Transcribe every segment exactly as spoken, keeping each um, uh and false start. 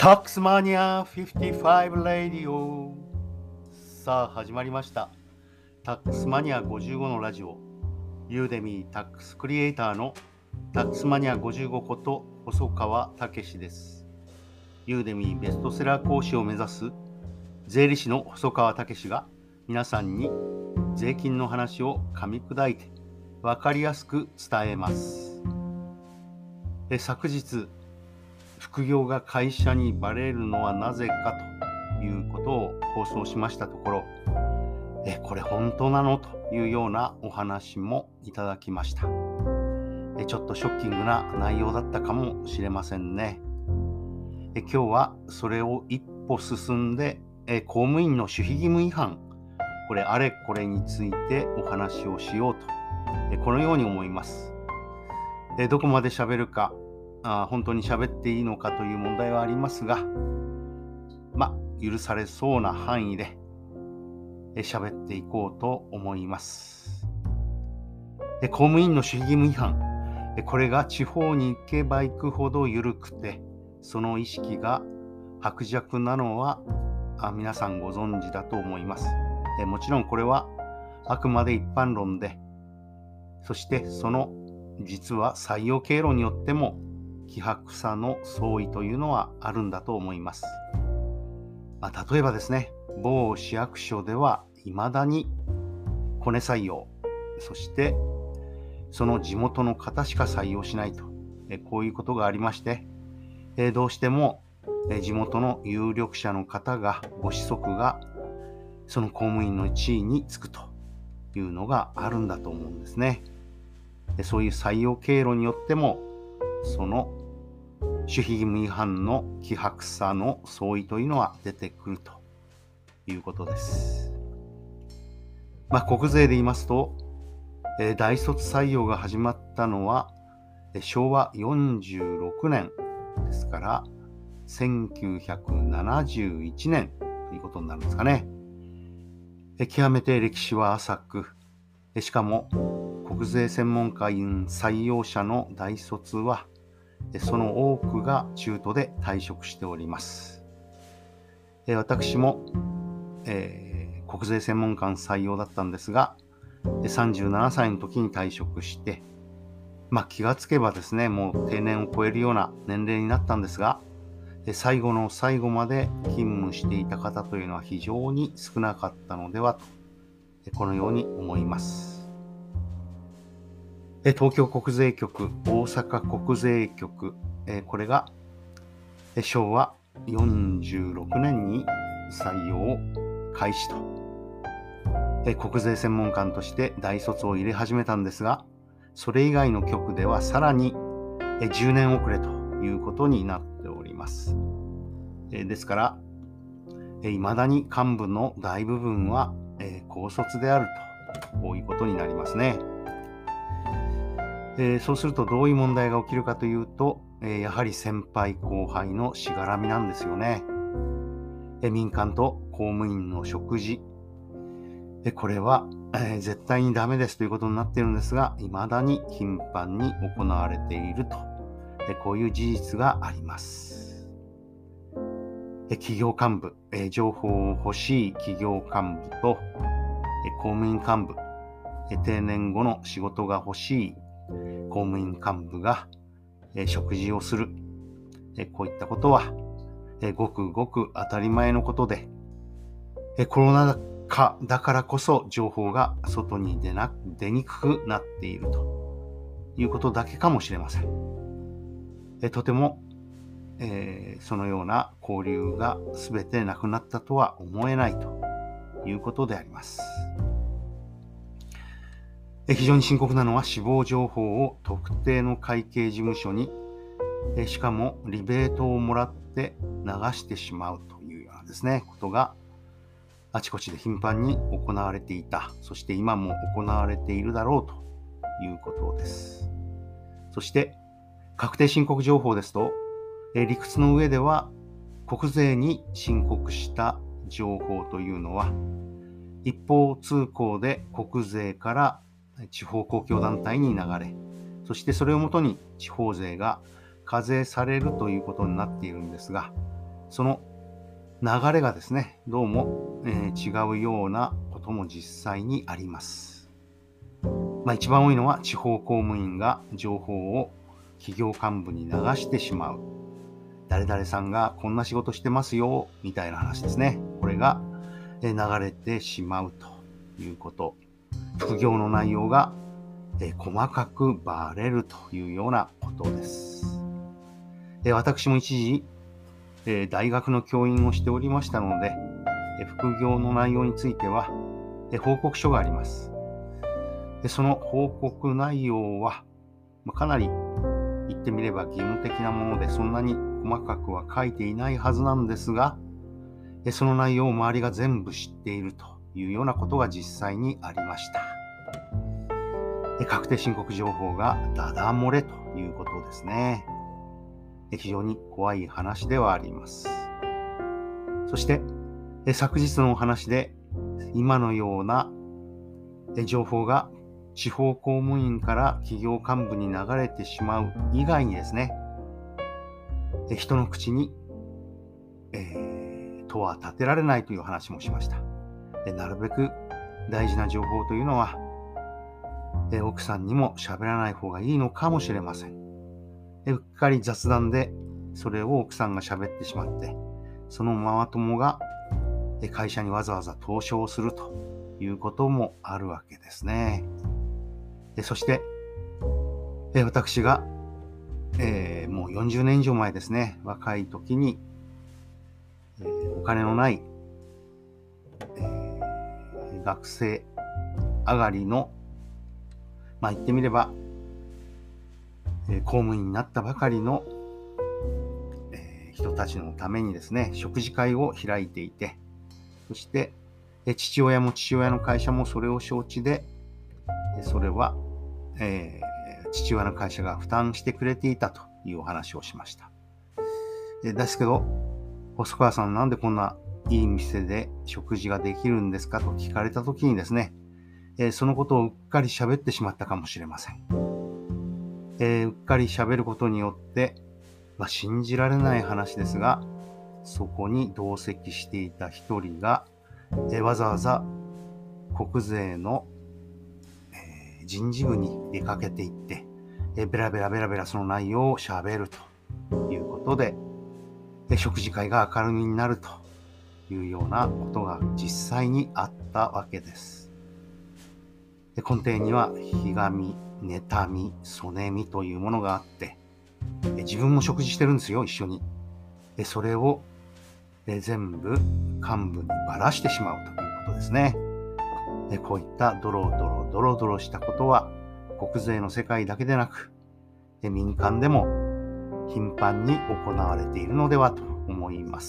タックスマニアフィフティファイブレディオ。さあ始まりました。タックスマニアごじゅうごのラジオ。ユーデミータックスクリエイターのタックスマニアごじゅうごこと細川武史です。ユーデミーベストセラー講師を目指す税理士の細川武史が皆さんに税金の話を噛み砕いて分かりやすく伝えます。え昨日副業が会社にバレるのはなぜかということを放送しましたところ、えこれ本当なのというようなお話もいただきました。えちょっとショッキングな内容だったかもしれませんね。え今日はそれを一歩進んでえ公務員の守秘義務違反、これあれこれについてお話をしようとえこのように思います。えどこまで喋るか、あ本当に喋っていいのかという問題はありますが、まあ許されそうな範囲でえ喋っていこうと思います。え公務員の守秘義務違反、えこれが地方に行けば行くほど緩くて、その意識が薄弱なのはあ皆さんご存知だと思います。えもちろんこれはあくまで一般論で、そしてその実は採用経路によっても希薄さの相違というのはあるんだと思います。まあ、例えばですね、某市役所では未だにコネ採用、そしてその地元の方しか採用しないと、えこういうことがありまして、えどうしてもえ地元の有力者の方がご子息がその公務員の地位につくというのがあるんだと思うんですね。でそういう採用経路によってもその守秘義務違反の希薄さの相違というのは出てくるということです。まあ国税で言いますと、えー、大卒採用が始まったのはしょうわよんじゅうろくねんですからせんきゅうひゃくななじゅういちねんということになるんですかね。え極めて歴史は浅く、えしかも国税専門家員採用者の大卒はその多くが中途で退職しております。私も、えー、国税専門官採用だったんですが、さんじゅうななさいの時に退職して、まあ気がつけばですね、もう定年を超えるような年齢になったんですが、最後の最後まで勤務していた方というのは非常に少なかったのではと、このように思います。東京国税局、大阪国税局、これがしょうわよんじゅうろくねんに採用開始と、国税専門官として大卒を入れ始めたんですが、それ以外の局ではさらにじゅうねん遅れということになっております。ですから、いまだに幹部の大部分は高卒であると、こういうことになりますね。えー、そうするとどういう問題が起きるかというと、えー、やはり先輩後輩のしがらみなんですよね。えー、民間と公務員の食事、えー、これは、えー、絶対にダメですということになっているんですが、未だに頻繁に行われていると、えー、こういう事実があります。えー、企業幹部、えー、情報を欲しい企業幹部と、えー、公務員幹部、えー、定年後の仕事が欲しい公務員幹部が、えー、食事をする、えー、こういったことは、えー、ごくごく当たり前のことで、えー、コロナ禍だからこそ情報が外に出な出にくくなっているということだけかもしれません。えー、とても、えー、そのような交流が全てなくなったとは思えないということであります。非常に深刻なのは死亡情報を特定の会計事務所に、しかもリベートをもらって流してしまうというようなですね、ことがあちこちで頻繁に行われていた、そして今も行われているだろうということです。そして確定申告情報ですと、理屈の上では国税に申告した情報というのは一方通行で国税から地方公共団体に流れ、そしてそれをもとに地方税が課税されるということになっているんですが、 その流れがですね、どうも、えー、違うようなことも実際にあります。まあ一番多いのは地方公務員が情報を企業幹部に流してしまう。誰々さんがこんな仕事してますよ、みたいな話ですね。これが流れてしまうということ。副業の内容が細かくバレるというようなことです。私も一時、大学の教員をしておりましたので、副業の内容については報告書があります。その報告内容はかなり言ってみれば義務的なもので、そんなに細かくは書いていないはずなんですが、その内容を周りが全部知っているというようなことが実際にありました。確定申告情報がダダ漏れということですね。非常に怖い話ではあります。そして昨日のお話で今のような情報が地方公務員から企業幹部に流れてしまう以外にですね、人の口に、えー、とは立てられないという話もしました。なるべく大事な情報というのは奥さんにも喋らない方がいいのかもしれません。うっかり雑談でそれを奥さんが喋ってしまって、そのママ友が会社にわざわざ投書をするということもあるわけですね。そして私が、えー、もうよんじゅうねん以上前ですね、若い時に、えー、お金のない、えー、学生上がりの、まあ言ってみれば、えー、公務員になったばかりの、えー、人たちのためにですね、食事会を開いていて、そして、えー、父親も父親の会社もそれを承知で、それは、えー、父親の会社が負担してくれていたというお話をしました。ですけど、細川さんなんでこんないい店で食事ができるんですかと聞かれたときにですね、えー、そのことをうっかり喋ってしまったかもしれません。えー、うっかり喋ることによって、まあ、信じられない話ですが、そこに同席していた一人が、えー、わざわざ国税の人事部に出かけていって、えベラベラベラベラその内容を喋るということで、食事会が明るみになるというようなことが実際にあったわけです。で根底にはひがみ、妬み、そねみというものがあって、自分も食事してるんですよ、一緒に。それを全部幹部にばらしてしまうということですね。こういったドロドロドロドロしたことは国税の世界だけでなく民間でも頻繁に行われているのではと思います。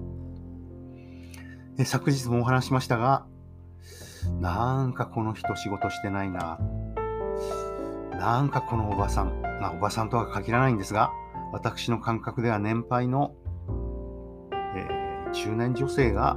昨日もお話しましたが、なんかこの人仕事してないな、なんかこのおばさん、まあおばさんとは限らないんですが、私の感覚では年配の、えー、中年女性が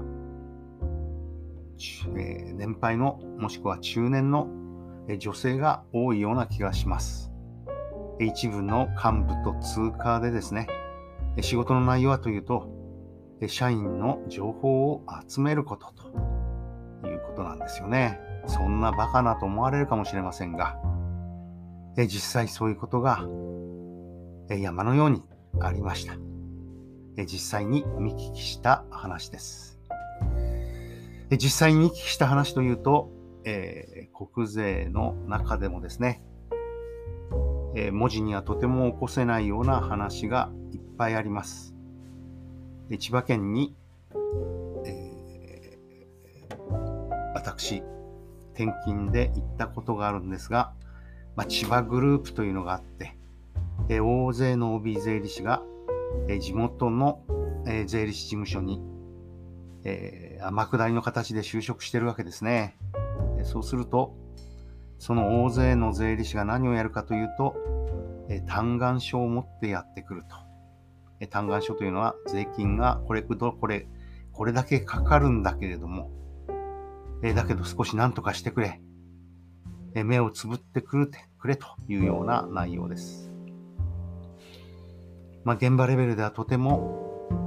えー、年配のもしくは中年の女性が多いような気がします。一部の幹部と通過でですね、仕事の内容はというと、社員の情報を集めることということなんですよね。そんなバカなと思われるかもしれませんが、実際そういうことが山のようにありました。実際に見聞きした話です。実際に見聞きした話というと、えー、国税の中でもですね、えー、文字にはとても起こせないような話がいっぱいあります。で千葉県に、えー、私、転勤で行ったことがあるんですが、まあ、千葉グループというのがあって、えー、大勢の オービー 税理士が、えー、地元の、えー、税理士事務所にえー、天下りの形で就職してるわけですね。そうすると、その大勢の税理士が何をやるかというと、えー、嘆願書を持ってやってくると。えー、嘆願書というのは税金がこれこれ、これだけかかるんだけれども、えー、だけど少し何とかしてくれ。えー、目をつぶってくれてくれというような内容です。まあ、現場レベルではとても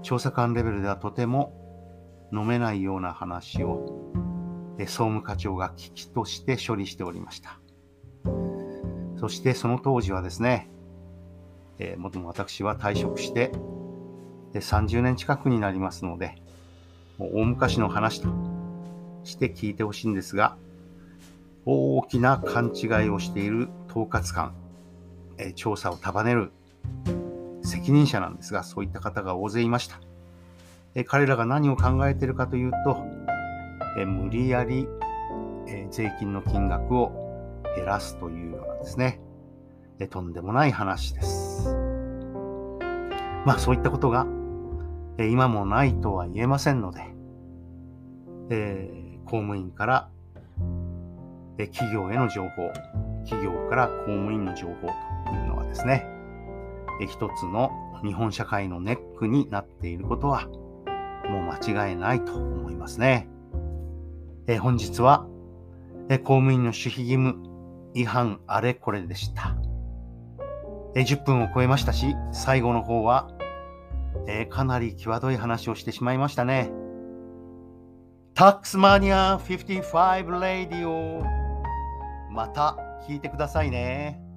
調査官レベルではとても飲めないような話を総務課長が危機として処理しておりました。そしてその当時はですね、えー、もとも私は退職してさんじゅうねん近くになりますので、もう大昔の話として聞いてほしいんですが、大きな勘違いをしている統括官、えー、調査を束ねる責任者なんですが、そういった方が大勢いました。えー、彼らが何を考えているかというと、えー、無理やり、えー、税金の金額を減らすというようなですね、えー、とんでもない話です。まあそういったことが、えー、今もないとは言えませんので、えー、公務員から、えー、企業への情報、企業から公務員の情報というのはですね、えー、一つの日本社会のネックになっていることはもう間違いないと思いますね。えー、本日は、えー、公務員の守秘義務違反あれこれでした。えー、じゅっぷんを超えましたし、最後の方は、えー、かなり際どい話をしてしまいましたね。タックスマニアごじゅうごレディオ、また聞いてくださいね。